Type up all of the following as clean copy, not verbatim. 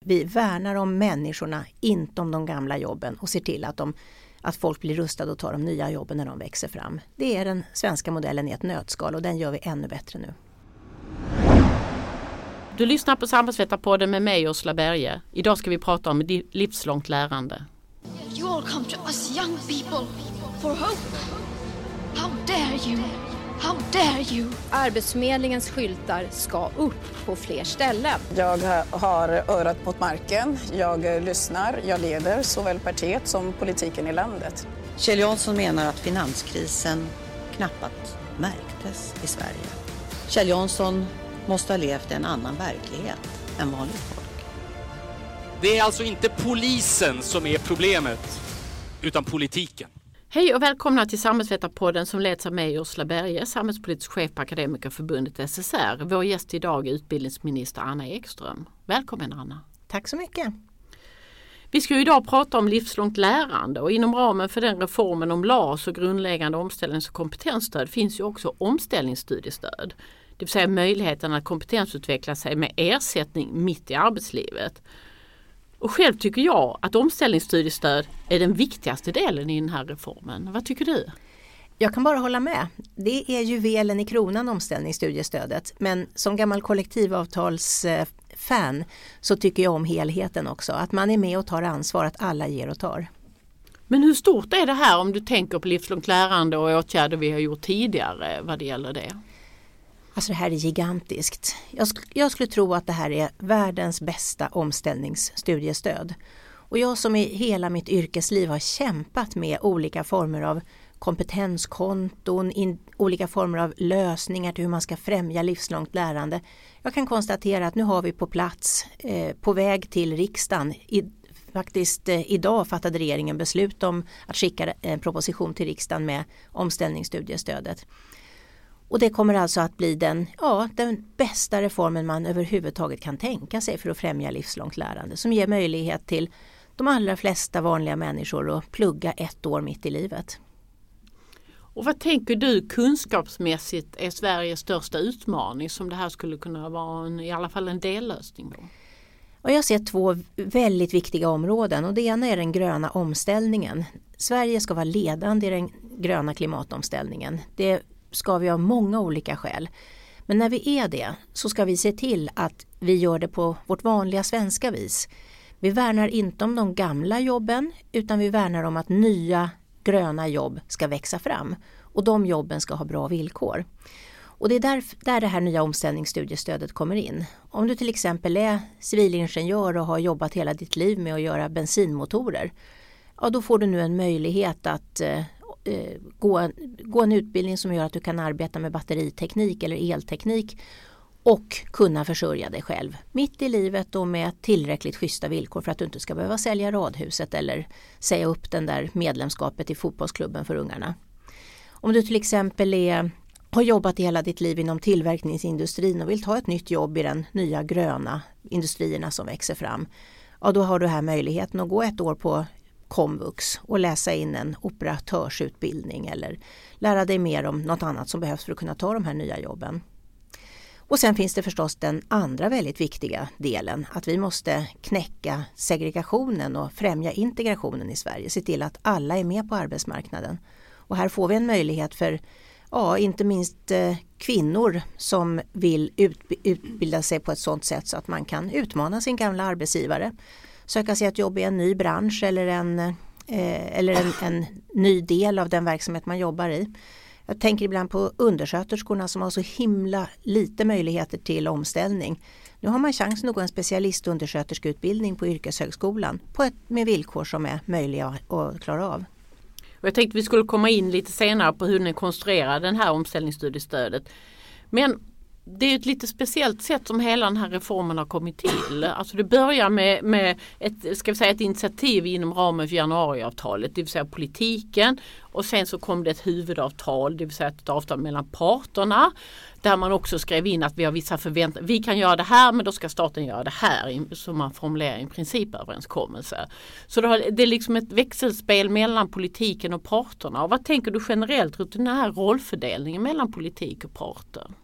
vi värnar om människorna, inte om de gamla jobben och ser till att folk blir rustade och tar de nya jobben när de växer fram. Det är den svenska modellen i ett nötskal och den gör vi ännu bättre nu. Du lyssnar på Samhällsvetarpodden med mig, Ursula Berge. Idag ska vi prata om livslångt lärande. You all come to us young people for hope. How dare you? How dare you? Arbetsförmedlingens skyltar ska upp på fler ställen. Jag har örat mot marken, jag lyssnar, jag leder såväl partiet som politiken i landet. Kjell Jansson menar att finanskrisen knappast märktes i Sverige. Kjell Jansson måste ha levt i en annan verklighet än vanligt folk. Det är alltså inte polisen som är problemet, utan politiken. Hej och välkomna till Samhällsvetarpodden som leds av mig, Ursula Berge, samhällspolitisk chef på Akademikerförbundet SSR. Vår gäst idag är utbildningsminister Anna Ekström. Välkommen Anna. Tack så mycket. Vi ska idag prata om livslångt lärande och inom ramen för den reformen om LAS och grundläggande omställnings- och kompetensstöd finns ju också omställningsstudiestöd. Det vill säga möjligheten att kompetensutveckla sig med ersättning mitt i arbetslivet. Och själv tycker jag att omställningsstudiestöd är den viktigaste delen i den här reformen. Vad tycker du? Jag kan bara hålla med. Det är juvelen i kronan omställningsstudiestödet. Men som gammal kollektivavtalsfan så tycker jag om helheten också. Att man är med och tar ansvar, att alla ger och tar. Men hur stort är det här om du tänker på livslångt lärande och åtgärder vi har gjort tidigare vad det gäller det? Alltså det här är gigantiskt. Jag skulle tro att det här är världens bästa omställningsstudiestöd. Och jag som i hela mitt yrkesliv har kämpat med olika former av kompetenskonton, olika former av lösningar till hur man ska främja livslångt lärande. Jag kan konstatera att nu har vi på plats, på väg till riksdagen. Faktiskt idag fattade regeringen beslut om att skicka en proposition till riksdagen med omställningsstudiestödet. Och det kommer alltså att bli den bästa reformen man överhuvudtaget kan tänka sig för att främja livslångt lärande. Som ger möjlighet till de allra flesta vanliga människor att plugga 1 år mitt i livet. Och vad tänker du kunskapsmässigt är Sveriges största utmaning som det här skulle kunna vara i alla fall en dellösning då? Och jag ser 2 väldigt viktiga områden och det ena är den gröna omställningen. Sverige ska vara ledande i den gröna klimatomställningen. Det ska vi av många olika skäl. Men när vi är det så ska vi se till att vi gör det på vårt vanliga svenska vis. Vi värnar inte om de gamla jobben utan vi värnar om att nya gröna jobb ska växa fram. Och de jobben ska ha bra villkor. Och det är där det här nya omställningsstudiestödet kommer in. Om du till exempel är civilingenjör och har jobbat hela ditt liv med att göra bensinmotorer. Ja, då får du nu en möjlighet att gå en utbildning som gör att du kan arbeta med batteriteknik eller elteknik och kunna försörja dig själv mitt i livet och med tillräckligt schyssta villkor för att du inte ska behöva sälja radhuset eller säga upp den där medlemskapet i fotbollsklubben för ungarna. Om du till exempel har jobbat hela ditt liv inom tillverkningsindustrin och vill ta ett nytt jobb i den nya gröna industrierna som växer fram, ja, då har du här möjligheten att gå 1 år på komvux och läsa in en operatörsutbildning eller lära dig mer om något annat som behövs för att kunna ta de här nya jobben. Och sen finns det förstås den andra väldigt viktiga delen, att vi måste knäcka segregationen och främja integrationen i Sverige, se till att alla är med på arbetsmarknaden. Och här får vi en möjlighet för inte minst kvinnor som vill utbilda sig på ett sådant sätt så att man kan utmana sin gamla arbetsgivare. Söka sig ett jobb i en ny bransch eller en ny del av den verksamhet man jobbar i. Jag tänker ibland på undersköterskorna som har så himla lite möjligheter till omställning. Nu har man chansen att gå en specialistundersköterskeutbildning på yrkeshögskolan med villkor som är möjliga att klara av. Och jag tänkte vi skulle komma in lite senare på hur ni konstruerar den här omställningsstudiestödet. Men det är ett lite speciellt sätt som hela den här reformen har kommit till. Alltså det börjar med ett initiativ inom ramen för januariavtalet, det vill säga politiken. Och sen så kom det ett huvudavtal, det vill säga ett avtal mellan parterna. Där man också skrev in att vi har vissa förväntningar. Vi kan göra det här men då ska staten göra det här. Som man formulerar i en principöverenskommelse. Så det är liksom ett växelspel mellan politiken och parterna. Och vad tänker du generellt runt den här rollfördelningen mellan politik och parter?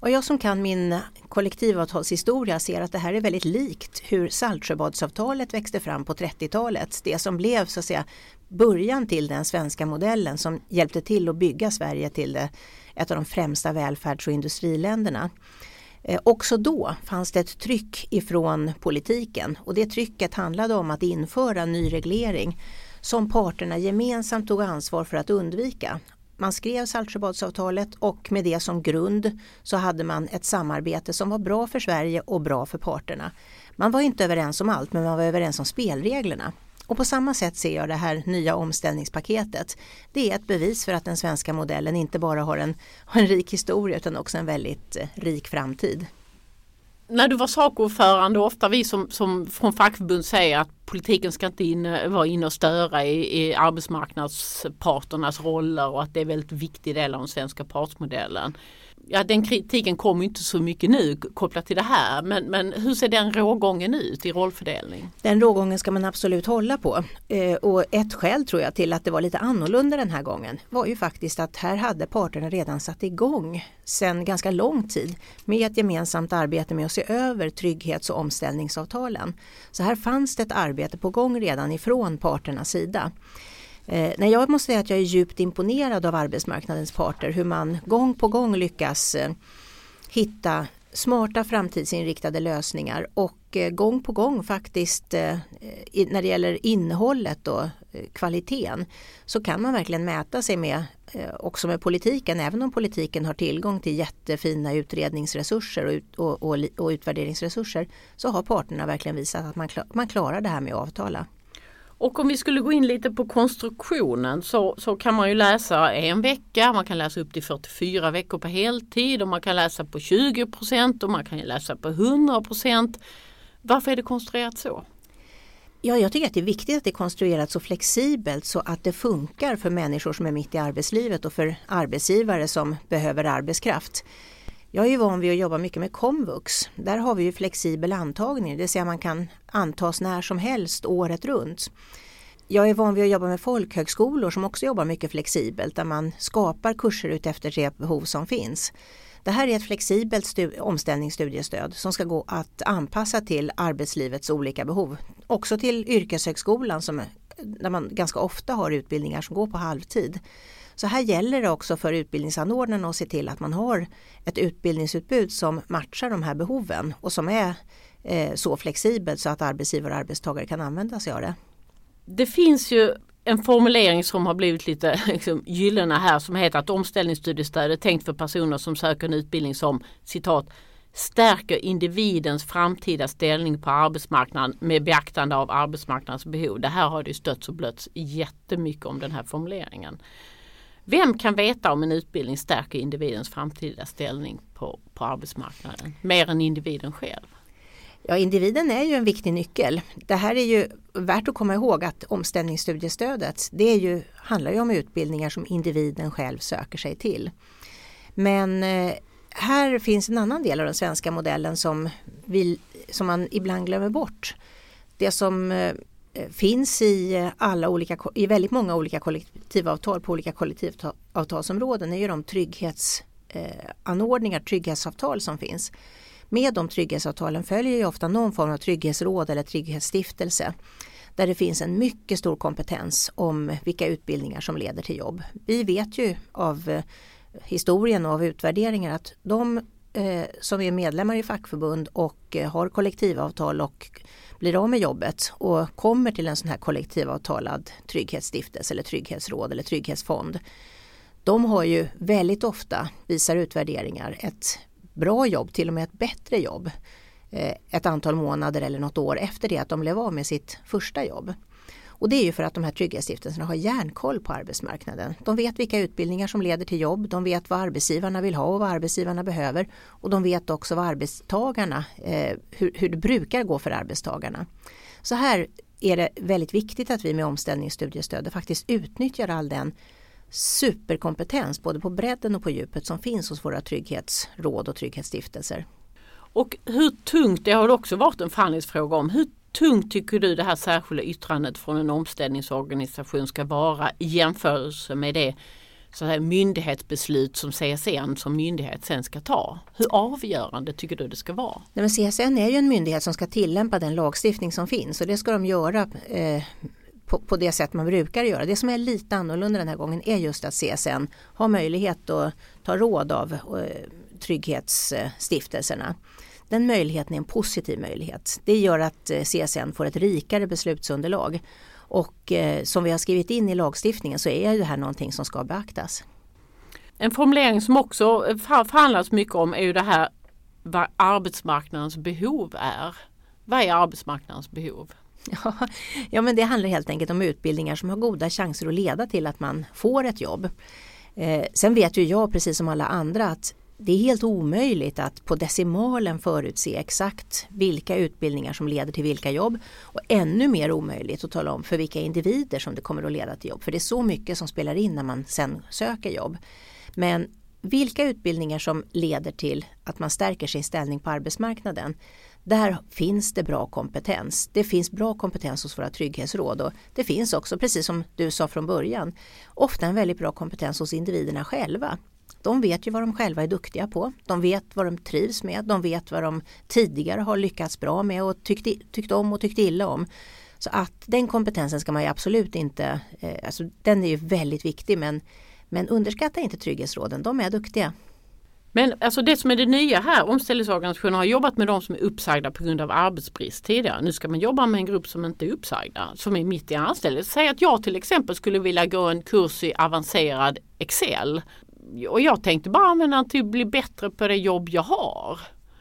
Och jag som kan min kollektivavtalshistoria ser att det här är väldigt likt hur Saltsjöbadsavtalet växte fram på 30-talet. Det som blev så att säga början till den svenska modellen som hjälpte till att bygga Sverige till ett av de främsta välfärds- och industriländerna. Också då fanns det ett tryck ifrån politiken och det trycket handlade om att införa ny reglering som parterna gemensamt tog ansvar för att undvika. Man skrev Saltsjöbadsavtalet och med det som grund så hade man ett samarbete som var bra för Sverige och bra för parterna. Man var inte överens om allt men man var överens om spelreglerna. Och på samma sätt ser jag det här nya omställningspaketet. Det är ett bevis för att den svenska modellen inte bara har en rik historia utan också en väldigt rik framtid. När du var sakordförande, ofta vi som från fackförbund säger att politiken ska inte vara inne och störa i arbetsmarknadsparternas roller och att det är en väldigt viktig del av den svenska partsmodellen. Ja, den kritiken kommer inte så mycket nu kopplat till det här, men hur ser den rågången ut i rollfördelning? Den rågången ska man absolut hålla på. Och ett skäl tror jag till att det var lite annorlunda den här gången var ju faktiskt att här hade parterna redan satt igång sedan ganska lång tid med ett gemensamt arbete med att se över trygghets- och omställningsavtalen. Så här fanns det ett arbete på gång redan ifrån parternas sida. Jag måste säga att jag är djupt imponerad av arbetsmarknadens parter, hur man gång på gång lyckas hitta smarta framtidsinriktade lösningar och gång på gång faktiskt när det gäller innehållet och kvaliteten så kan man verkligen mäta sig med också med politiken, även om politiken har tillgång till jättefina utredningsresurser och utvärderingsresurser så har parterna verkligen visat att man klarar det här med att avtala. Och om vi skulle gå in lite på konstruktionen så kan man ju läsa en vecka, man kan läsa upp till 44 veckor på heltid och man kan läsa på 20% och man kan läsa på 100%. Varför är det konstruerat så? Ja, jag tycker att det är viktigt att det är konstruerat så flexibelt så att det funkar för människor som är mitt i arbetslivet och för arbetsgivare som behöver arbetskraft. Jag är ju van vid att jobba mycket med komvux. Där har vi ju flexibel antagning, det vill säga man kan antas när som helst året runt. Jag är van vid att jobba med folkhögskolor som också jobbar mycket flexibelt där man skapar kurser ut efter det behov som finns. Det här är ett flexibelt omställningsstudiestöd som ska gå att anpassa till arbetslivets olika behov. Också till yrkeshögskolan där man ganska ofta har utbildningar som går på halvtid. Så här gäller det också för utbildningsanordnarna att se till att man har ett utbildningsutbud som matchar de här behoven och som är så flexibelt så att arbetsgivare och arbetstagare kan använda sig av det. Det finns ju en formulering som har blivit lite gyllene här som heter att omställningsstudiestöd är tänkt för personer som söker en utbildning som, citat, stärker individens framtida ställning på arbetsmarknaden med beaktande av arbetsmarknadens behov. Det här har det ju stötts och blötts jättemycket om den här formuleringen. Vem kan veta om en utbildning stärker individens framtida ställning på arbetsmarknaden mer än individen själv? Ja, individen är ju en viktig nyckel. Det här är ju värt att komma ihåg att omställningsstudiestödet handlar ju om utbildningar som individen själv söker sig till. Men här finns en annan del av den svenska modellen som man ibland glömmer bort. Det som finns i väldigt många olika kollektivavtal på olika kollektivavtalsområden är ju de trygghetsavtal som finns. Med de trygghetsavtalen följer ju ofta någon form av trygghetsråd eller trygghetsstiftelse där det finns en mycket stor kompetens om vilka utbildningar som leder till jobb. Vi vet ju av historien och av utvärderingar att de som är medlemmar i fackförbund och har kollektivavtal och blir av med jobbet och kommer till en sån här kollektivavtalad trygghetsstiftelse eller trygghetsråd eller trygghetsfond. De har ju väldigt ofta, visar utvärderingar, ett bra jobb, till och med ett bättre jobb ett antal månader eller något år efter det att de blev av med sitt första jobb. Och det är ju för att de här trygghetsstiftelserna har järnkoll på arbetsmarknaden. De vet vilka utbildningar som leder till jobb, de vet vad arbetsgivarna vill ha och vad arbetsgivarna behöver och de vet också vad arbetstagarna, hur det brukar gå för arbetstagarna. Så här är det väldigt viktigt att vi med omställningsstudiestöd faktiskt utnyttjar all den superkompetens både på bredden och på djupet som finns hos våra trygghetsråd och trygghetsstiftelser. Och hur tungt, det har också varit en förhandlingsfråga om, hur tungt tycker du det här särskilda yttrandet från en omställningsorganisation ska vara i jämförelse med det så här myndighetsbeslut som CSN som myndighet sen ska ta? Hur avgörande tycker du det ska vara? Nej, men CSN är ju en myndighet som ska tillämpa den lagstiftning som finns och det ska de göra på det sätt man brukar göra. Det som är lite annorlunda den här gången är just att CSN har möjlighet att ta råd av trygghetsstiftelserna. Den möjligheten är en positiv möjlighet. Det gör att CSN får ett rikare beslutsunderlag. Och som vi har skrivit in i lagstiftningen så är det här någonting som ska beaktas. En formulering som också förhandlas mycket om är ju det här vad arbetsmarknadens behov är. Vad är arbetsmarknadens behov? Ja, men det handlar helt enkelt om utbildningar som har goda chanser att leda till att man får ett jobb. Sen vet ju jag precis som alla andra att det är helt omöjligt att på decimalen förutse exakt vilka utbildningar som leder till vilka jobb och ännu mer omöjligt att tala om för vilka individer som det kommer att leda till jobb. För det är så mycket som spelar in när man sen söker jobb. Men vilka utbildningar som leder till att man stärker sin ställning på arbetsmarknaden, där finns det bra kompetens. Det finns bra kompetens hos våra trygghetsråd och det finns också, precis som du sa från början, ofta en väldigt bra kompetens hos individerna själva. De vet ju vad de själva är duktiga på. De vet vad de trivs med. De vet vad de tidigare har lyckats bra med och tyckt om och tyckt illa om. Så att den kompetensen ska man ju absolut inte, alltså den är ju väldigt viktig men underskatta inte trygghetsråden, de är duktiga. Men alltså det som är det nya här, omställningsorganisationen har jobbat med de som är uppsagda på grund av arbetsbrist tidigare. Nu ska man jobba med en grupp som inte är uppsagda, som är mitt i anställning. Säg att jag till exempel skulle vilja gå en kurs i avancerad Excel. Och jag tänkte bara använda till att bli bättre på det jobb jag har.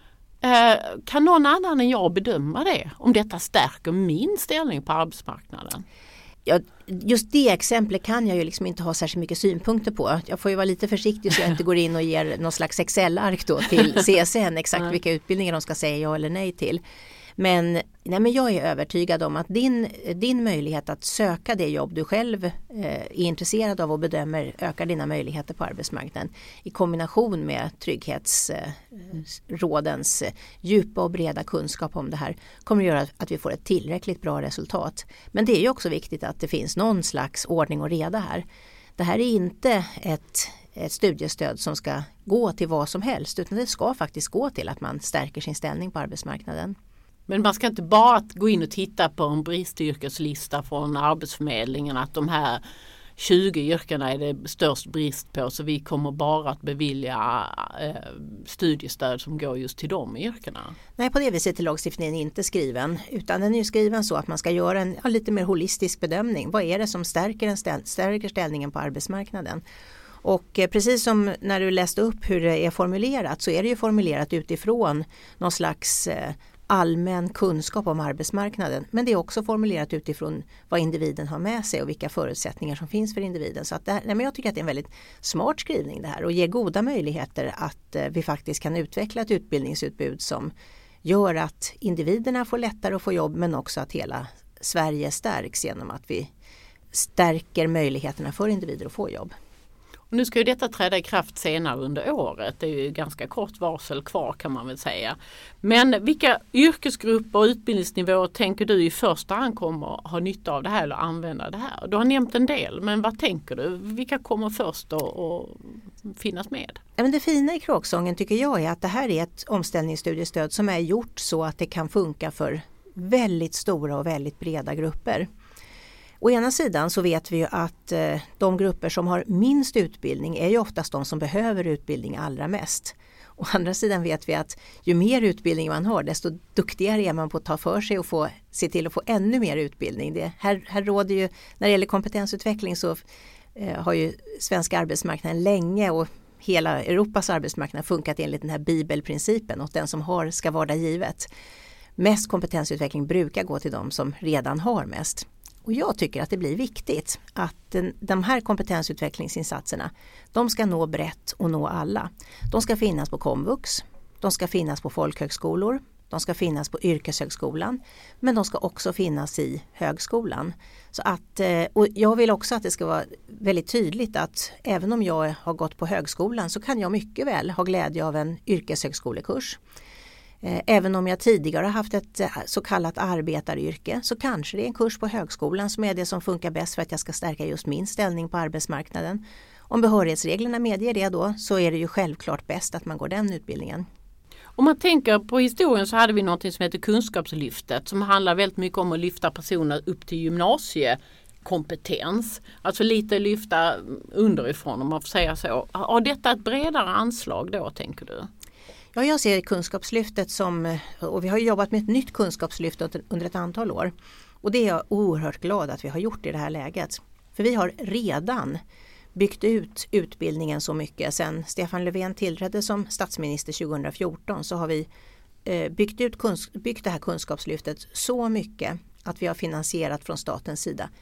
Kan någon annan än jag bedöma det? Om detta stärker min ställning på arbetsmarknaden? Ja, just det exemplet kan jag ju liksom inte ha särskilt mycket synpunkter på. Jag får ju vara lite försiktig så jag inte går in och ger någon slags Excel-ark då till CSN exakt vilka utbildningar de ska säga ja eller nej till. Men jag är övertygad om att din möjlighet att söka det jobb du själv är intresserad av och bedömer ökar dina möjligheter på arbetsmarknaden i kombination med trygghetsrådens djupa och breda kunskap om det här kommer att göra att vi får ett tillräckligt bra resultat. Men det är ju också viktigt att det finns någon slags ordning och reda här. Det här är inte ett studiestöd som ska gå till vad som helst utan det ska faktiskt gå till att man stärker sin ställning på arbetsmarknaden. Men man ska inte bara gå in och titta på en bristyrkeslista från Arbetsförmedlingen att de här 20 yrkena är det störst brist på så vi kommer bara att bevilja studiestöd som går just till de yrkena. Nej, på det viset är lagstiftningen inte skriven utan den är skriven så att man ska göra en lite mer holistisk bedömning. Vad är det som stärker ställningen på arbetsmarknaden? Och precis som när du läste upp hur det är formulerat så är det ju formulerat utifrån någon slags allmän kunskap om arbetsmarknaden. Men det är också formulerat utifrån vad individen har med sig och vilka förutsättningar som finns för individen. Så att jag tycker att det är en väldigt smart skrivning det här och ger goda möjligheter att vi faktiskt kan utveckla ett utbildningsutbud som gör att individerna får lättare att få jobb men också att hela Sverige stärks genom att vi stärker möjligheterna för individer att få jobb. Och nu ska ju detta träda i kraft senare under året. Det är ju ganska kort varsel kvar kan man väl säga. Men vilka yrkesgrupper och utbildningsnivåer tänker du i första hand kommer ha nytta av det här eller använda det här? Du har nämnt en del, men vad tänker du? Vilka kommer först att finnas med? Ja, men det fina i Kråksången tycker jag är att det här är ett omställningsstudiestöd som är gjort så att det kan funka för väldigt stora och väldigt breda grupper. Å ena sidan så vet vi ju att de grupper som har minst utbildning är ju oftast de som behöver utbildning allra mest. Å andra sidan vet vi att ju mer utbildning man har desto duktigare är man på att ta för sig och se till att få ännu mer utbildning. Här råder ju, när det gäller kompetensutveckling så har ju svenska arbetsmarknaden länge och hela Europas arbetsmarknad funkat enligt den här bibelprincipen och den som har ska vara givet. Mest kompetensutveckling brukar gå till de som redan har mest. Och jag tycker att det blir viktigt att de här kompetensutvecklingsinsatserna, de ska nå brett och nå alla. De ska finnas på komvux, de ska finnas på folkhögskolor, de ska finnas på yrkeshögskolan, men de ska också finnas i högskolan. Så att, och jag vill också att det ska vara väldigt tydligt att även om jag har gått på högskolan så kan jag mycket väl ha glädje av en yrkeshögskolekurs. Även om jag tidigare har haft ett så kallat arbetaryrke så kanske det är en kurs på högskolan som är det som funkar bäst för att jag ska stärka just min ställning på arbetsmarknaden. Om behörighetsreglerna medger det då så är det ju självklart bäst att man går den utbildningen. Om man tänker på historien så hade vi något som heter kunskapslyftet som handlar väldigt mycket om att lyfta personer upp till gymnasiekompetens. Alltså lite lyfta underifrån om man får säga så. Har detta ett bredare anslag då tänker du? Ja, jag ser kunskapslyftet som, och vi har jobbat med ett nytt kunskapslyft under ett antal år. Och det är jag oerhört glad att vi har gjort i det här läget. För vi har redan byggt ut utbildningen så mycket. Sen Stefan Löfven tillträdde som statsminister 2014 så har vi byggt det här kunskapslyftet så mycket att vi har finansierat från statens sida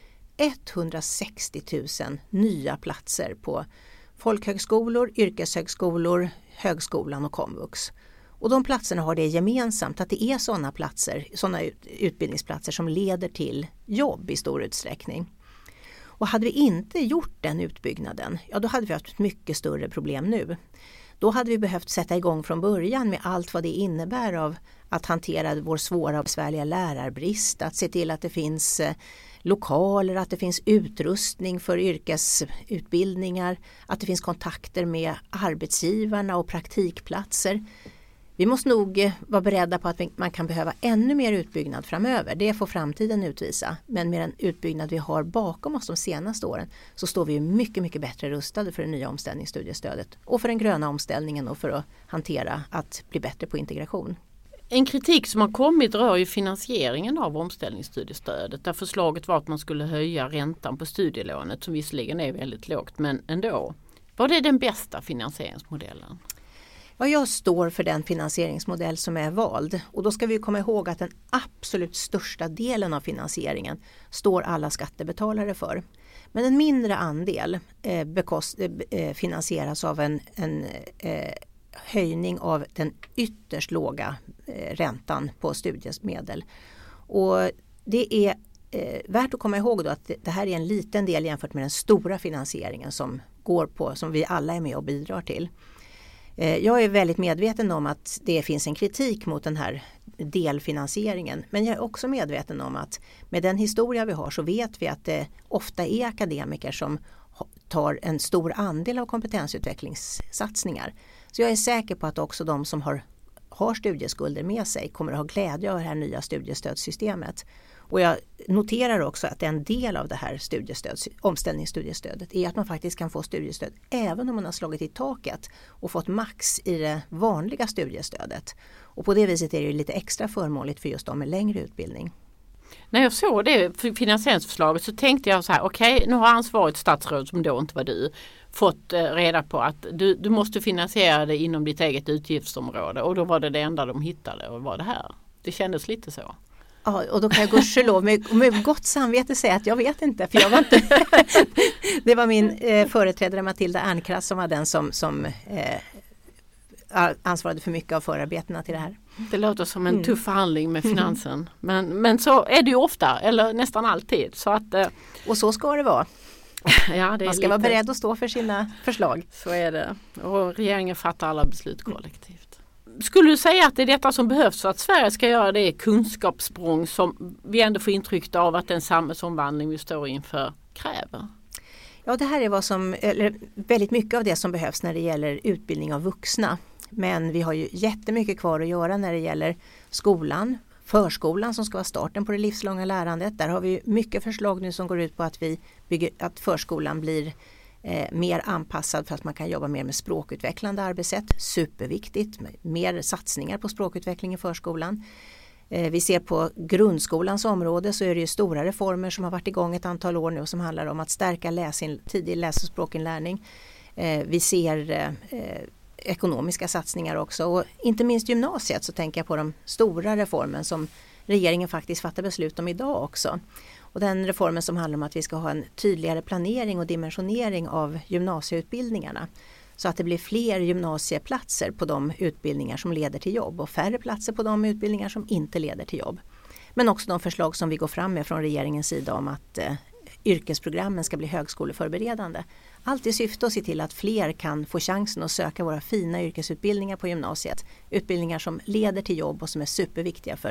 160 000 nya platser på folkhögskolor, yrkeshögskolor, högskolan och komvux. Och de platserna har det gemensamt att det är sådana utbildningsplatser som leder till jobb i stor utsträckning. Och hade vi inte gjort den utbyggnaden, ja då hade vi haft ett mycket större problem nu. Då hade vi behövt sätta igång från början med allt vad det innebär av att hantera vår svåra och besvärliga lärarbrist, att se till att det finns lokaler, att det finns utrustning för yrkesutbildningar, att det finns kontakter med arbetsgivarna och praktikplatser. Vi måste nog vara beredda på att man kan behöva ännu mer utbyggnad framöver. Det får framtiden utvisa. Men med den utbyggnad vi har bakom oss de senaste åren så står vi mycket, mycket bättre rustade för det nya omställningsstudiestödet och för den gröna omställningen och för att hantera att bli bättre på integration. En kritik som har kommit rör ju finansieringen av omställningsstudiestödet där förslaget var att man skulle höja räntan på studielånet som visserligen är väldigt lågt men ändå. Var det den bästa finansieringsmodellen? Ja, jag står för den finansieringsmodell som är vald och då ska vi komma ihåg att den absolut största delen av finansieringen står alla skattebetalare för. Men en mindre andel finansieras av en höjning av den ytterst låga räntan på studiemedel. Och det är värt att komma ihåg då att det här är en liten del jämfört med den stora finansieringen som vi alla är med och bidrar till. Jag är väldigt medveten om att det finns en kritik mot den här delfinansieringen. Men jag är också medveten om att med den historia vi har så vet vi att det ofta är akademiker som tar en stor andel av kompetensutvecklingssatsningar. Så jag är säker på att också de som har studieskulder med sig kommer att ha glädje av det här nya studiestödssystemet. Och jag noterar också att en del av det här omställningsstudiestödet är att man faktiskt kan få studiestöd även om man har slagit i taket och fått max i det vanliga studiestödet. Och på det viset är det ju lite extra förmånligt för just de med längre utbildning. När jag såg det finansieringsförslaget så tänkte jag så här, okej, nu har ansvarigt statsråd som då inte var du fått reda på att du måste finansiera det inom ditt eget utgiftsområde och då var det enda de hittade och var det här. Det kändes lite så. Ja, och då kan jag gudskelov med gott samvete säga att jag vet inte, för jag var inte det var min företrädare Matilda Ernkrans som var den som ansvarade för mycket av förarbetena till det här. Det låter som en tuff förhandling med finansen. Men så är det ju ofta, eller nästan alltid. Så att, och så ska det vara. Ja, det är man ska vara beredd att stå för sina förslag. Så är det. Och regeringen fattar alla beslut kollektivt. Skulle du säga att det är detta som behövs för att Sverige ska göra det kunskapssprång som vi ändå får intryck av att den samhällsomvandling vi står inför kräver? Ja, det här är väldigt mycket av det som behövs när det gäller utbildning av vuxna. Men vi har ju jättemycket kvar att göra när det gäller skolan, förskolan som ska vara starten på det livslånga lärandet. Där har vi mycket förslag nu som går ut på att vi bygger att förskolan blir mer anpassad för att man kan jobba mer med språkutvecklande arbetssätt. Superviktigt, mer satsningar på språkutveckling i förskolan. Vi ser på grundskolans område så är det ju stora reformer som har varit igång ett antal år nu som handlar om att stärka tidig läs- och språkinlärning. Vi ser ekonomiska satsningar också och inte minst gymnasiet så tänker jag på de stora reformen som regeringen faktiskt fattar beslut om idag också. Och den reformen som handlar om att vi ska ha en tydligare planering och dimensionering av gymnasieutbildningarna så att det blir fler gymnasieplatser på de utbildningar som leder till jobb och färre platser på de utbildningar som inte leder till jobb. Men också de förslag som vi går fram med från regeringens sida om att yrkesprogrammen ska bli högskoleförberedande. Allt i syfte att se till att fler kan få chansen att söka våra fina yrkesutbildningar på gymnasiet. Utbildningar som leder till jobb och som är superviktiga för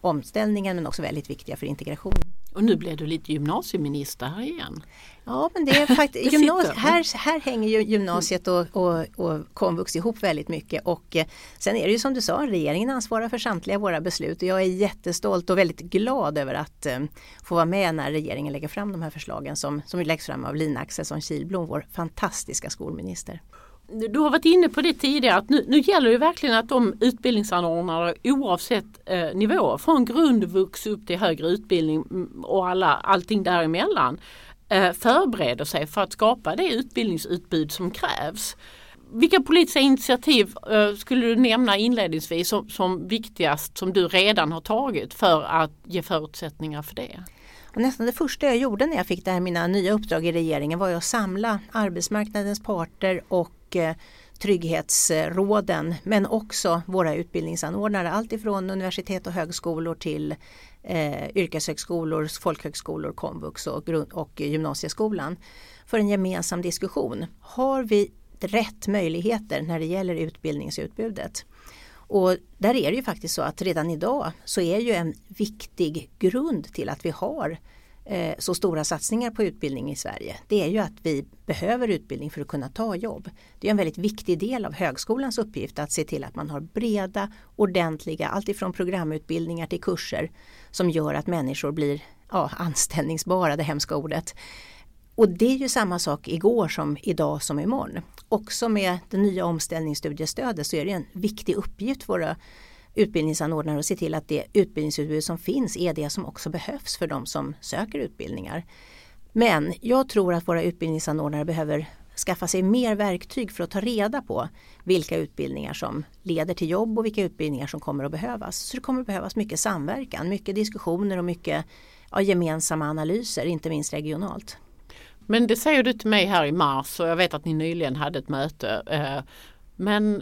omställningen men också väldigt viktiga för integrationen. Och nu blev du lite gymnasieminister här igen. Ja, men det är faktiskt här hänger ju gymnasiet och komvux ihop väldigt mycket och sen är det ju som du sa, regeringen ansvarar för samtliga våra beslut och jag är jättestolt och väldigt glad över att få vara med när regeringen lägger fram de här förslagen som läggs fram av Lina Axelsson-Kihlblom, vår fantastiska skolminister. Du har varit inne på det tidigare att nu gäller det verkligen att de utbildningsanordnare oavsett nivå från grundvux upp till högre utbildning och allting däremellan förbereder sig för att skapa det utbildningsutbud som krävs. Vilka politiska initiativ skulle du nämna inledningsvis som viktigast som du redan har tagit för att ge förutsättningar för det? Och nästan det första jag gjorde när jag fick det här mina nya uppdrag i regeringen var att samla arbetsmarknadens parter och trygghetsråden men också våra utbildningsanordnare, allt ifrån universitet och högskolor till yrkeshögskolor, folkhögskolor, komvux och gymnasieskolan för en gemensam diskussion. Har vi rätt möjligheter när det gäller utbildningsutbudet? Och där är det ju faktiskt så att redan idag så är ju en viktig grund till att vi har så stora satsningar på utbildning i Sverige. Det är ju att vi behöver utbildning för att kunna ta jobb. Det är en väldigt viktig del av högskolans uppgift att se till att man har breda, ordentliga, alltifrån programutbildningar till kurser som gör att människor blir anställningsbara, det hemska ordet. Och det är ju samma sak igår som idag som imorgon. Också med det nya omställningsstudiestödet så är det en viktig uppgift för våra utbildningsanordnare att se till att det utbildningsutbud som finns är det som också behövs för de som söker utbildningar. Men jag tror att våra utbildningsanordnare behöver skaffa sig mer verktyg för att ta reda på vilka utbildningar som leder till jobb och vilka utbildningar som kommer att behövas. Så det kommer att behövas mycket samverkan, mycket diskussioner och mycket gemensamma analyser, inte minst regionalt. Men det säger du till mig här i mars och jag vet att ni nyligen hade ett möte. Men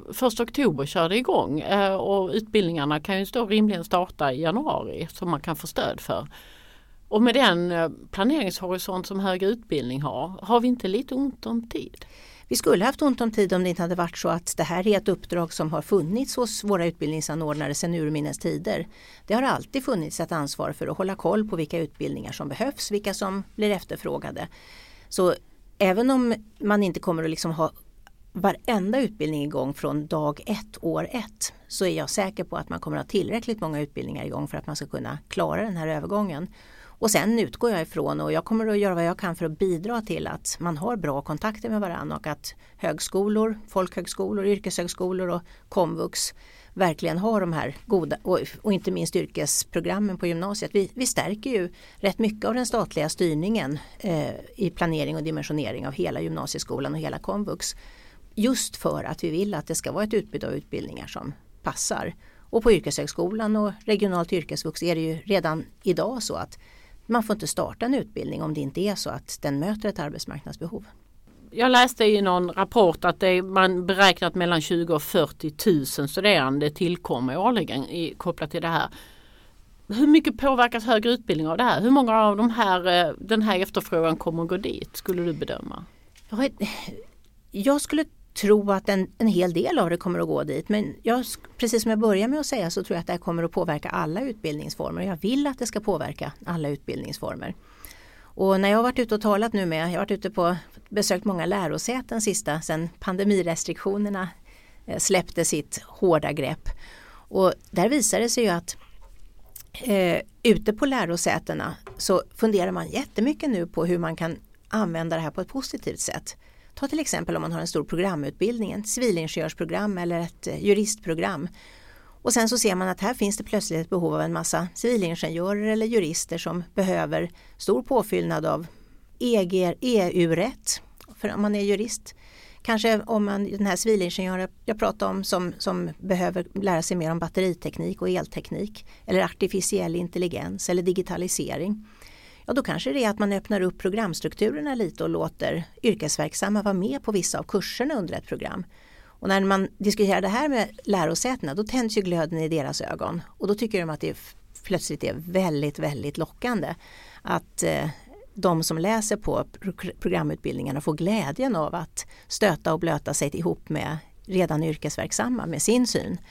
1 oktober kör det igång och utbildningarna kan ju rimligen starta i januari som man kan få stöd för. Och med den planeringshorisont som högre utbildning har vi inte lite ont om tid? Vi skulle haft ont om tid om det inte hade varit så att det här är ett uppdrag som har funnits hos våra utbildningsanordnare sedan urminnes tider. Det har alltid funnits ett ansvar för att hålla koll på vilka utbildningar som behövs, vilka som blir efterfrågade. Så även om man inte kommer att ha varenda utbildning igång från dag 1, år 1, så är jag säker på att man kommer att ha tillräckligt många utbildningar igång för att man ska kunna klara den här övergången. Och sen utgår jag ifrån och jag kommer att göra vad jag kan för att bidra till att man har bra kontakter med varandra och att högskolor, folkhögskolor, yrkeshögskolor och komvux verkligen har de här goda och inte minst yrkesprogrammen på gymnasiet. Vi stärker ju rätt mycket av den statliga styrningen i planering och dimensionering av hela gymnasieskolan och hela komvux. Just för att vi vill att det ska vara ett utbud av utbildningar som passar. Och på yrkeshögskolan och regionalt yrkesvux är det ju redan idag så att man får inte starta en utbildning om det inte är så att den möter ett arbetsmarknadsbehov. Jag läste i någon rapport att man beräknat mellan 20 och 40 000 studerande tillkommer årligen kopplat till det här. Hur mycket påverkas högre utbildning av det här? Hur många av den här efterfrågan kommer att gå dit, skulle du bedöma? Jag skulle tro att en hel del av det kommer att gå dit. Men precis som jag börjar med att säga så tror jag att det här kommer att påverka alla utbildningsformer. Jag vill att det ska påverka alla utbildningsformer. Och när jag har varit ute och talat jag har varit ute på besökt många lärosäten sen pandemirestriktionerna släppte sitt hårda grepp. Och där visar det sig ju att ute på lärosätena så funderar man jättemycket nu på hur man kan använda det här på ett positivt sätt. Ta till exempel om man har en stor programutbildning, ett civilingenjörsprogram eller ett juristprogram. Och sen så ser man att här finns det plötsligt ett behov av en massa civilingenjörer eller jurister som behöver stor påfyllnad av EU-rätt. För om man är jurist, kanske om den här civilingenjören jag pratar om som behöver lära sig mer om batteriteknik och elteknik eller artificiell intelligens eller digitalisering. Ja, då kanske det är att man öppnar upp programstrukturerna lite och låter yrkesverksamma vara med på vissa av kurserna under ett program. Och när man diskuterar det här med lärosätena då tänds ju glöden i deras ögon. Och då tycker de att det plötsligt är väldigt, väldigt lockande att de som läser på programutbildningarna får glädjen av att stöta och blöta sig ihop med redan yrkesverksamma med sin syn.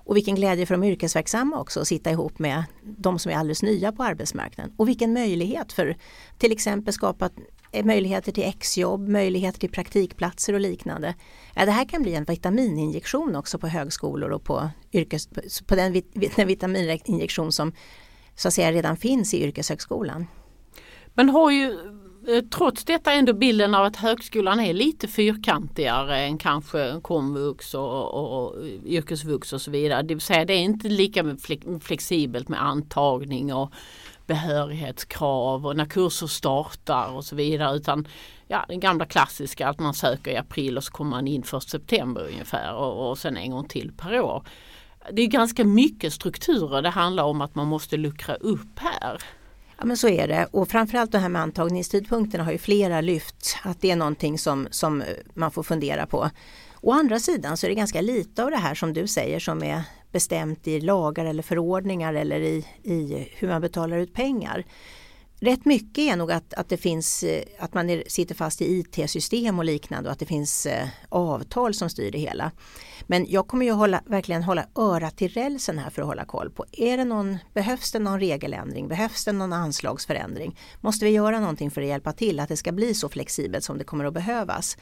Och vilken glädje för de yrkesverksamma också att sitta ihop med de som är alldeles nya på arbetsmarknaden. Och vilken möjlighet för till exempel skapa möjligheter till exjobb, möjligheter till praktikplatser och liknande. Det här kan bli en vitamininjektion också på högskolor och på den vitamininjektion som så att säga redan finns i yrkeshögskolan. Men har ju trots detta ändå bilden av att högskolan är lite fyrkantigare än kanske komvux och yrkesvux och så vidare. Det vill säga det är inte lika flexibelt med antagning och behörighetskrav och när kurser startar och så vidare, utan den gamla klassiska att man söker i april och så kommer man in 1 september ungefär och sen en gång till per år. Det är ganska mycket strukturer det handlar om att man måste luckra upp här. Ja, men så är det, och framförallt det här med antagningstidpunkterna har ju flera lyft att det är någonting som man får fundera på. Å andra sidan så är det ganska lite av det här som du säger som är bestämt i lagar eller förordningar eller i hur man betalar ut pengar. Rätt mycket är nog att det finns, att man sitter fast i IT-system och liknande och att det finns avtal som styr det hela. Men jag kommer ju verkligen hålla örat till rälsen här för att hålla koll på. Behövs det någon regeländring? Behövs det någon anslagsförändring? Måste vi göra någonting för att hjälpa till att det ska bli så flexibelt som det kommer att behövas?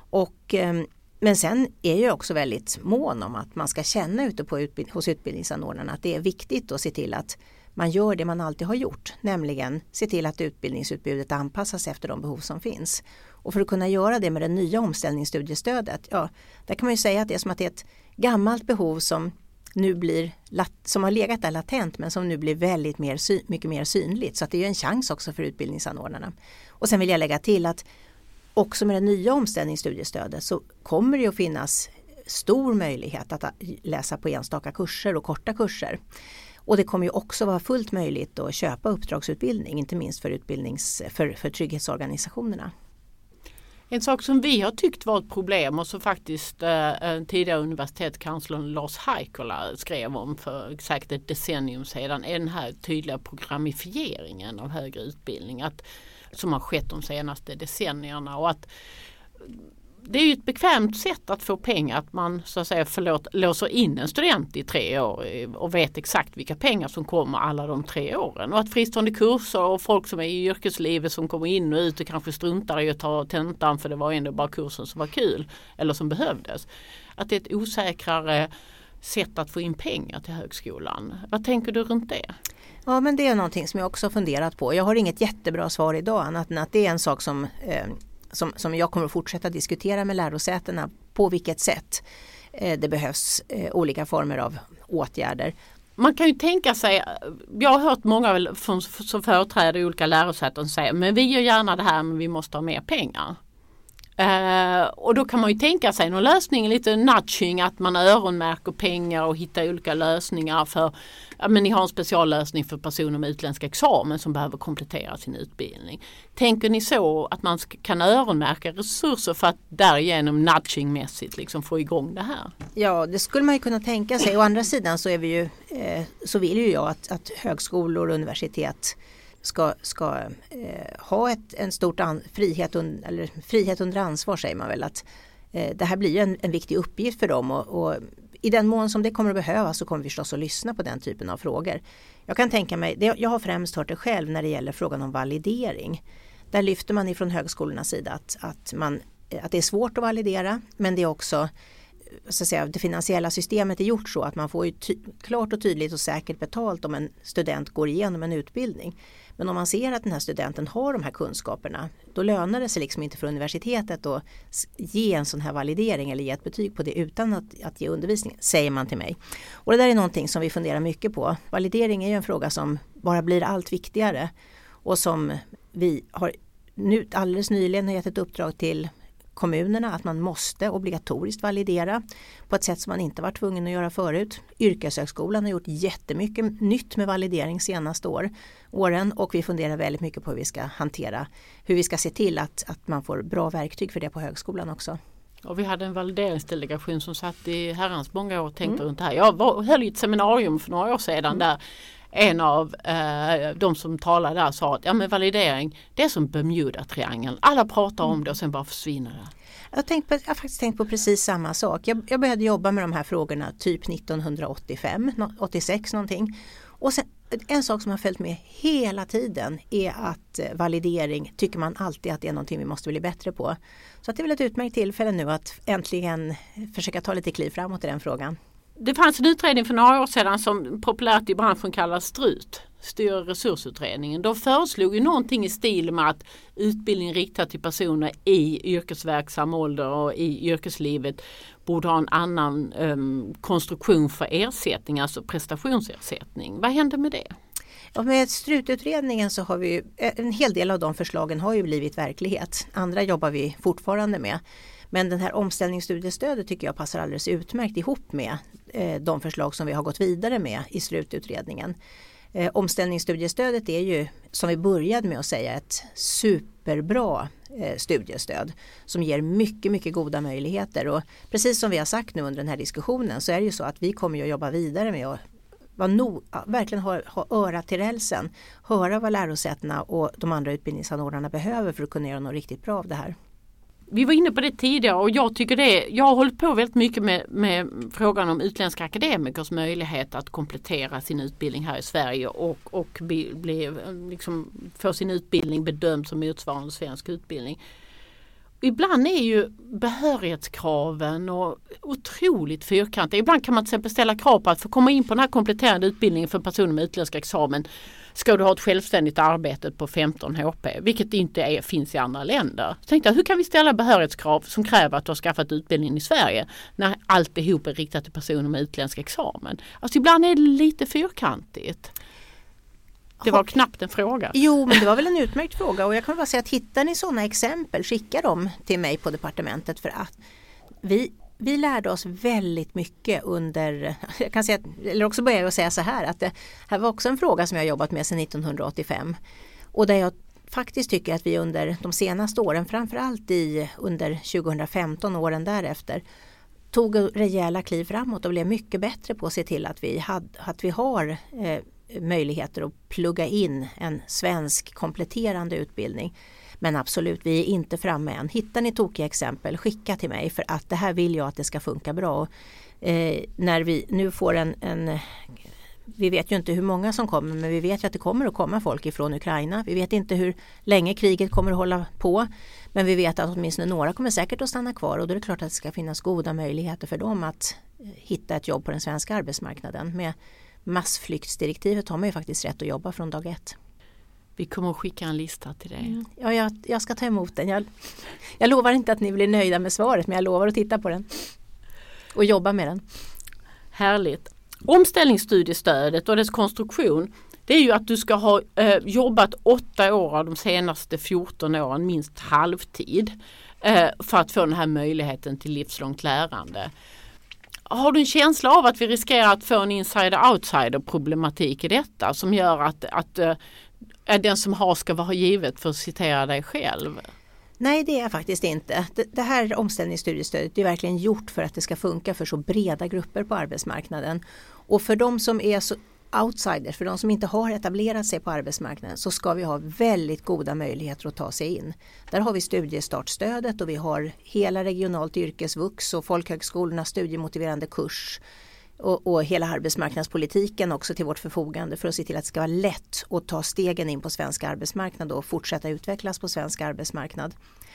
Men sen är jag också väldigt mån om att man ska känna ute hos utbildningsanordnarna att det är viktigt att se till att man gör det man alltid har gjort, nämligen se till att utbildningsutbudet anpassas efter de behov som finns. Och för att kunna göra det med det nya omställningsstudiestödet, där kan man ju säga att det är som att det är ett gammalt behov som nu som har legat där latent men som nu blir mycket mer synligt. Så att det är ju en chans också för utbildningsanordnarna. Och sen vill jag lägga till att också med det nya omställningsstudiestödet så kommer det att finnas stor möjlighet att läsa på enstaka kurser och korta kurser. Och det kommer ju också vara fullt möjligt att köpa uppdragsutbildning, inte minst för trygghetsorganisationerna. En sak som vi har tyckt var ett problem och som faktiskt tidigare universitetskanslern Lars Haikola skrev om för säkert ett decennium sedan är den här tydliga programifieringen av högre utbildning som har skett de senaste decennierna, och att det är ju ett bekvämt sätt att få pengar att man så att säga låser in en student i 3 år och vet exakt vilka pengar som kommer alla de 3 åren. Och att fristående kurser och folk som är i yrkeslivet som kommer in och ut och kanske struntar i att ta tentan för det var ändå bara kursen som var kul eller som behövdes. Att det är ett osäkrare sätt att få in pengar till högskolan. Vad tänker du runt det? Ja, men det är någonting som jag också har funderat på. Jag har inget jättebra svar idag annat än att det är en sak som jag kommer att fortsätta diskutera med lärosätena på vilket sätt det behövs olika former av åtgärder. Man kan ju tänka sig, jag har hört många som företräder olika lärosäten säga men vi gör gärna det här men vi måste ha mer pengar. Och då kan man ju tänka sig någon lösning, lite nudging, att man öronmärker pengar och hittar olika lösningar för, men ni har en speciallösning för personer med utländska examen som behöver komplettera sin utbildning. Tänker ni så att man kan öronmärka resurser för att därigenom nudgingmässigt liksom få igång det här? Ja, det skulle man ju kunna tänka sig. Å andra sidan så så vill ju jag att högskolor och universitet ska ha en stort frihet under ansvar, säger man väl, att det här blir en viktig uppgift för dem och i den mån som det kommer att behövas så kommer vi förstås att lyssna på den typen av frågor. Jag kan tänka mig, jag har främst hört det själv när det gäller frågan om validering. Där lyfter man ifrån högskolornas sida att det är svårt att validera, men det är också så att säga, det finansiella systemet är gjort så att man får ju klart och tydligt och säkert betalt om en student går igenom en utbildning. Men om man ser att den här studenten har de här kunskaperna, då lönar det sig liksom inte för universitetet att ge en sån här validering eller ge ett betyg på det utan att ge undervisning, säger man till mig. Och det där är någonting som vi funderar mycket på. Validering är ju en fråga som bara blir allt viktigare och som vi har nu alldeles nyligen har gett ett uppdrag till kommunerna att man måste obligatoriskt validera på ett sätt som man inte var tvungen att göra förut. Yrkeshögskolan har gjort jättemycket nytt med validering senaste åren och vi funderar väldigt mycket på hur vi ska se till att man får bra verktyg för det på högskolan också. Och vi hade en valideringsdelegation som satt i herrans många år och tänkte runt det här. Jag höll i ett seminarium för några år sedan där en av de som talade där sa att validering, det är som Bermuda-triangeln. Alla pratar om det och sen bara försvinner det. Jag har faktiskt tänkt på precis samma sak. Jag började jobba med de här frågorna typ 1985, 86 någonting. Och sen, en sak som har följt med hela tiden är att validering tycker man alltid att det är någonting vi måste bli bättre på. Så att det är väl ett utmärkt tillfälle nu att äntligen försöka ta lite kliv framåt i den frågan. Det fanns en utredning för några år sedan som populärt i branschen kallas STRUT, styr- och resursutredningen. De föreslog ju någonting i stil med att utbildning riktad till personer i yrkesverksam ålder och i yrkeslivet borde ha en annan konstruktion för ersättning, alltså prestationsersättning. Vad hände med det? Ja, med strututredningen så har vi ju, en hel del av de förslagen har ju blivit verklighet. Andra jobbar vi fortfarande med. Men den här omställningsstudiestödet tycker jag passar alldeles utmärkt ihop med de förslag som vi har gått vidare med i slututredningen. Omställningsstudiestödet är ju, som vi började med att säga, ett superbra studiestöd som ger mycket, mycket goda möjligheter. Och precis som vi har sagt nu under den här diskussionen så är det ju så att vi kommer att jobba vidare med att verkligen ha örat till rälsen, höra vad lärosätena och de andra utbildningsanordnarna behöver för att kunna göra något riktigt bra av det här. Vi var inne på det tidigare och jag har hållit på väldigt mycket med frågan om utländska akademikers möjlighet att komplettera sin utbildning här i Sverige och liksom få sin utbildning bedömd som motsvarande svensk utbildning. Ibland är ju behörighetskraven och otroligt fyrkantiga. Ibland kan man till exempel ställa krav på att få komma in på den här kompletterande utbildningen för personer med utländsk examen ska du ha ett självständigt arbete på 15 HP, vilket inte finns i andra länder. Så tänkte jag, hur kan vi ställa behörighetskrav som kräver att du har skaffat utbildning i Sverige när alltihop är riktat till personer med utländsk examen? Alltså ibland är det lite fyrkantigt. Det var knappt en fråga. Jo, men det var väl en utmärkt fråga och jag kan bara säga att hittar ni sådana exempel, skicka dem till mig på departementet för att vi lärde oss väldigt mycket under, jag kan säga, eller också börjar jag säga så här att det här var också en fråga som jag jobbat med sedan 1985 och där jag faktiskt tycker att vi under de senaste åren, framförallt under 2015 åren därefter, tog rejäla kliv framåt och blev mycket bättre på att se till att vi har möjligheter att plugga in en svensk kompletterande utbildning. Men absolut, vi är inte framme än. Hittar ni tokiga exempel, skicka till mig för att det här vill jag att det ska funka bra. När vi nu får vi vet ju inte hur många som kommer, men vi vet ju att det kommer att komma folk ifrån Ukraina. Vi vet inte hur länge kriget kommer att hålla på, men vi vet att åtminstone några kommer säkert att stanna kvar och då är det klart att det ska finnas goda möjligheter för dem att hitta ett jobb på den svenska arbetsmarknaden. Med massflyktsdirektivet har man ju faktiskt rätt att jobba från dag ett. Vi kommer att skicka en lista till dig. Ja, jag ska ta emot den. Jag lovar inte att ni blir nöjda med svaret, men jag lovar att titta på den och jobba med den. Härligt. Omställningsstudiestödet och dess konstruktion, det är ju att du ska ha jobbat 8 år av de senaste 14 åren minst halvtid för att få den här möjligheten till livslångt lärande. Har du en känsla av att vi riskerar att få en insider-outsider-problematik i detta som gör att den som har ska vara givet, för att citera dig själv? Nej, det är faktiskt inte. Det här omställningsstudiestödet är verkligen gjort för att det ska funka för så breda grupper på arbetsmarknaden. Och för de som är så outsiders, för de som inte har etablerat sig på arbetsmarknaden, så ska vi ha väldigt goda möjligheter att ta sig in. Där har vi studiestartstödet och vi har hela regionalt yrkesvux och folkhögskolornas studiemotiverande kurs och hela arbetsmarknadspolitiken också till vårt förfogande för att se till att det ska vara lätt att ta stegen in på svensk arbetsmarknad och fortsätta utvecklas på svensk arbetsmarknad.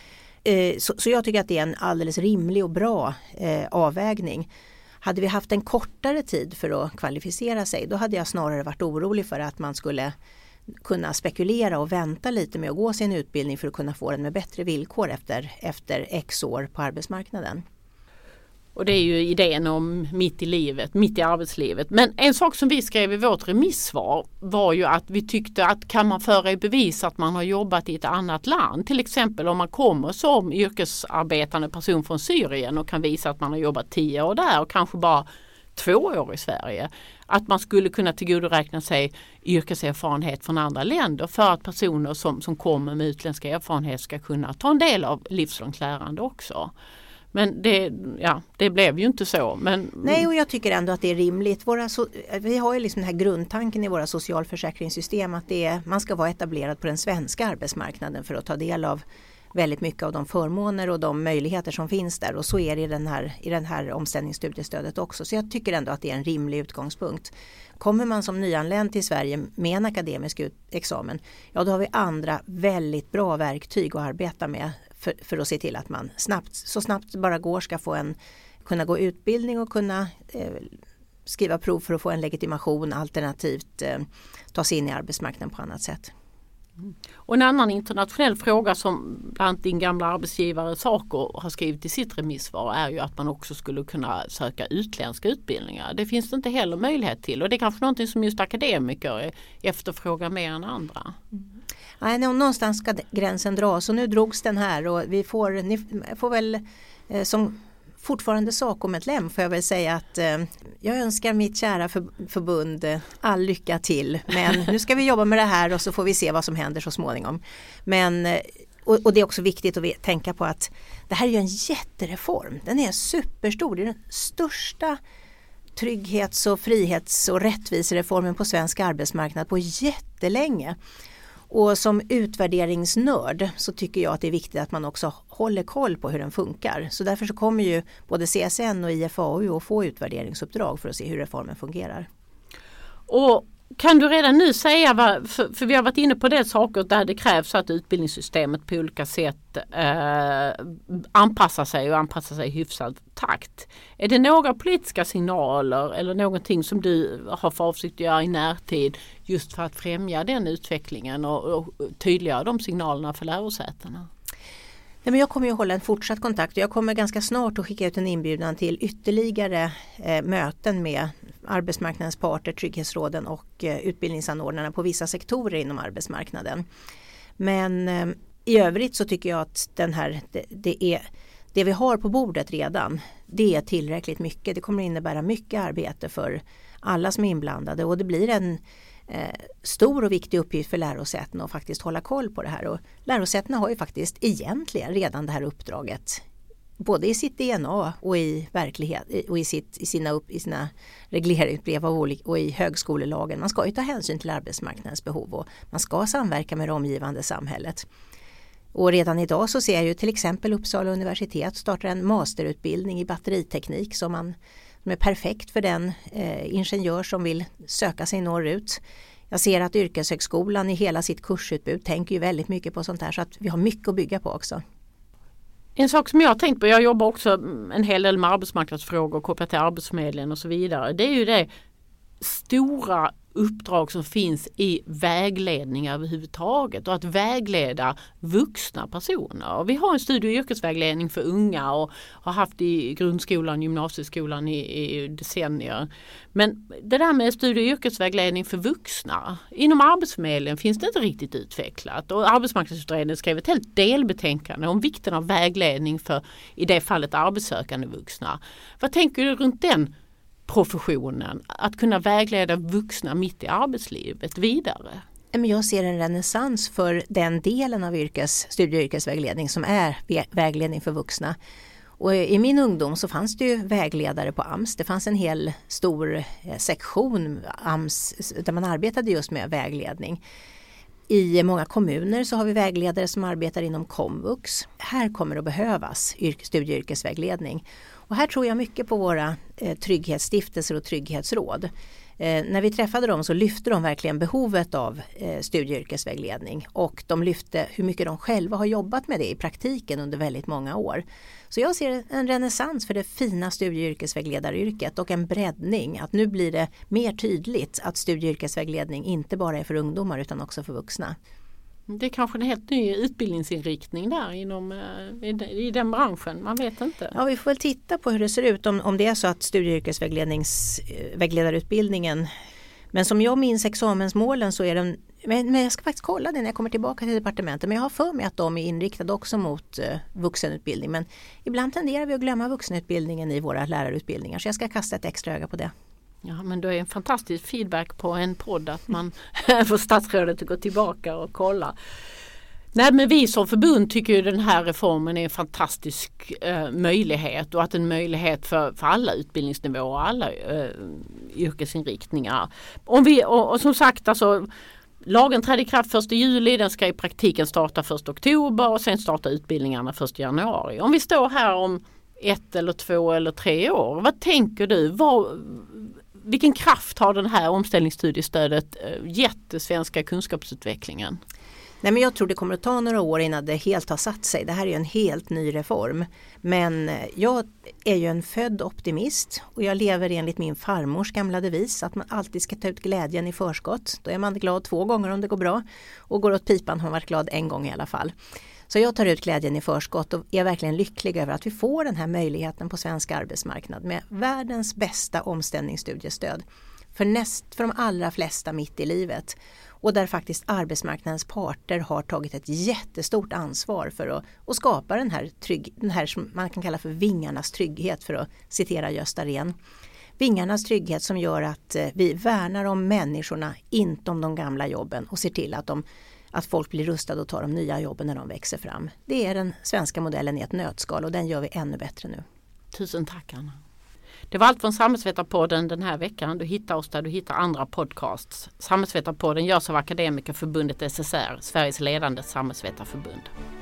Så jag tycker att det är en alldeles rimlig och bra avvägning. Hade vi haft en kortare tid för att kvalificera sig, då hade jag snarare varit orolig för att man skulle kunna spekulera och vänta lite med att gå sin utbildning för att kunna få den med bättre villkor efter x år på arbetsmarknaden. Och det är ju idén om mitt i arbetslivet. Men en sak som vi skrev i vårt remissvar var ju att vi tyckte att kan man föra i bevis att man har jobbat i ett annat land, till exempel om man kommer som yrkesarbetande person från Syrien och kan visa att man har jobbat 10 år där och kanske bara 2 år i Sverige, att man skulle kunna tillgodoräkna sig yrkeserfarenhet från andra länder för att personer som kommer med utländska erfarenhet ska kunna ta en del av livslångt lärande också. Men det blev ju inte så. Men... Nej, och jag tycker ändå att det är rimligt. Vi har ju liksom den här grundtanken i våra socialförsäkringssystem att man ska vara etablerad på den svenska arbetsmarknaden för att ta del av väldigt mycket av de förmåner och de möjligheter som finns där. Och så är det i den här omställningsstudiestödet också. Så jag tycker ändå att det är en rimlig utgångspunkt. Kommer man som nyanländ till Sverige med en akademisk examen, då har vi andra väldigt bra verktyg att arbeta med för att se till att man så snabbt det bara går ska kunna gå utbildning och kunna skriva prov för att få en legitimation, alternativt ta sig in i arbetsmarknaden på annat sätt. Och en annan internationell fråga som bland annat din gamla arbetsgivare Saco har skrivit i sitt remissvar är ju att man också skulle kunna söka utländska utbildningar. Det finns det inte heller möjlighet till, och det är kanske någonting som just akademiker efterfrågar mer än andra. Nej, någonstans ska gränsen dras, och nu drogs den här, och ni får väl som fortfarande Saco-medlem får jag väl säga att jag önskar mitt kära förbund all lycka till. Men nu ska vi jobba med det här och så får vi se vad som händer så småningom. Men, och det är också viktigt att tänka på att det här är ju en jättereform. Den är superstor. Det är den största trygghets- och frihets- och rättvisereformen på svensk arbetsmarknad på jättelänge. Och som utvärderingsnörd så tycker jag att det är viktigt att man också håller koll på hur den funkar. Så därför så kommer ju både CSN och IFAU att få utvärderingsuppdrag för att se hur reformen fungerar. Och kan du redan nu säga, för vi har varit inne på det saker där det krävs att utbildningssystemet på olika sätt anpassar sig i hyfsad takt. Är det några politiska signaler eller någonting som du har för avsikt att göra i närtid just för att främja den utvecklingen och tydliggöra de signalerna för lärosätena? Nej, men jag kommer ju hålla en fortsatt kontakt, och jag kommer ganska snart att skicka ut en inbjudan till ytterligare möten med arbetsmarknadens parter, trygghetsråden och utbildningsanordnarna på vissa sektorer inom arbetsmarknaden. Men i övrigt så tycker jag att det vi har på bordet redan, det är tillräckligt mycket. Det kommer innebära mycket arbete för alla som är inblandade, och det blir en stor och viktig uppgift för lärosätena att faktiskt hålla koll på det här. Och lärosätena har ju faktiskt egentligen redan det här uppdraget både i sitt DNA och i verklighet och i sina regleringsbrev och i högskolelagen. Man ska ju ta hänsyn till arbetsmarknadens behov och man ska samverka med det omgivande samhället. Och redan idag så ser jag ju till exempel Uppsala universitet startar en masterutbildning i batteriteknik som är perfekt för den ingenjör som vill söka sig norrut. Jag ser att yrkeshögskolan i hela sitt kursutbud tänker ju väldigt mycket på sånt här, så att vi har mycket att bygga på också. En sak som jag har tänkt på, jag jobbar också en hel del med arbetsmarknadsfrågor kopplat till Arbetsförmedlingen och så vidare. Det är ju det stora uppdrag som finns i vägledning överhuvudtaget och att vägleda vuxna personer. Och vi har en studie- och yrkesvägledning för unga och har haft i grundskolan, gymnasieskolan i decennier. Men det där med studie- och yrkesvägledning för vuxna inom Arbetsförmedlingen finns det inte riktigt utvecklat. Och Arbetsmarknadsutredningen skrev ett helt delbetänkande om vikten av vägledning för, i det fallet, arbetssökande vuxna. Vad tänker du runt den professionen, att kunna vägleda vuxna mitt i arbetslivet vidare? Men jag ser en renässans för den delen av studie- och yrkesvägledning som är vägledning för vuxna. Och i min ungdom så fanns det ju vägledare på AMS. Det fanns en hel stor sektion AMS där man arbetade just med vägledning. I många kommuner så har vi vägledare som arbetar inom komvux. Här kommer att behövas studie- och yrkesvägledning. Och här tror jag mycket på våra trygghetsstiftelser och trygghetsråd. När vi träffade dem så lyfte de verkligen behovet av studie- och yrkesvägledning. Och de lyfte hur mycket de själva har jobbat med det i praktiken under väldigt många år. Så jag ser en renässans för det fina studie- och yrkesvägledaryrket och en breddning. Att nu blir det mer tydligt att studie- och yrkesvägledning inte bara är för ungdomar utan också för vuxna. Det är kanske en helt ny utbildningsinriktning där i den branschen, man vet inte. Ja, vi får väl titta på hur det ser ut om det är så att studie- och yrkesvägledarutbildningen, men som jag minns examensmålen så är den, men jag ska faktiskt kolla det när jag kommer tillbaka till departementet, men jag har för mig att de är inriktade också mot vuxenutbildning, men ibland tenderar vi att glömma vuxenutbildningen i våra lärarutbildningar, så jag ska kasta ett extra öga på det. Ja, men då är en fantastisk feedback på en podd att man får statsrådet att gå tillbaka och kolla. Nej, men vi som förbund tycker ju den här reformen är en fantastisk möjlighet och att en möjlighet för alla utbildningsnivåer och alla yrkesinriktningar. Och som sagt, alltså, lagen trädde i kraft 1 juli, den ska i praktiken starta 1 oktober och sen starta utbildningarna 1 januari. Om vi står här om 1 eller 2 eller 3 år, vad tänker du? Vilken kraft har den här omställningsstudiestödet gett den svenska kunskapsutvecklingen? Nej, men jag tror det kommer att ta några år innan det helt har satt sig. Det här är ju en helt ny reform. Men jag är ju en född optimist och jag lever enligt min farmors gamla devis att man alltid ska ta ut glädjen i förskott. Då är man glad 2 gånger om det går bra och går åt pipan har man varit glad 1 gång i alla fall. Så jag tar ut glädjen i förskott och är verkligen lycklig över att vi får den här möjligheten på svensk arbetsmarknad med världens bästa omställningsstudiestöd för de allra flesta mitt i livet. Och där faktiskt arbetsmarknadens parter har tagit ett jättestort ansvar för att skapa den här som man kan kalla för vingarnas trygghet, för att citera Gösta Rehn. Vingarnas trygghet som gör att vi värnar om människorna, inte om de gamla jobben, och ser till att folk blir rustade och tar de nya jobben när de växer fram. Det är den svenska modellen i ett nötskal och den gör vi ännu bättre nu. Tusen tack, Anna. Det var allt från Samhällsvetarpodden den här veckan. Du hittar oss där du hittar andra podcasts. Samhällsvetarpodden görs av Akademikerförbundet SSR, Sveriges ledande samhällsvetarförbund.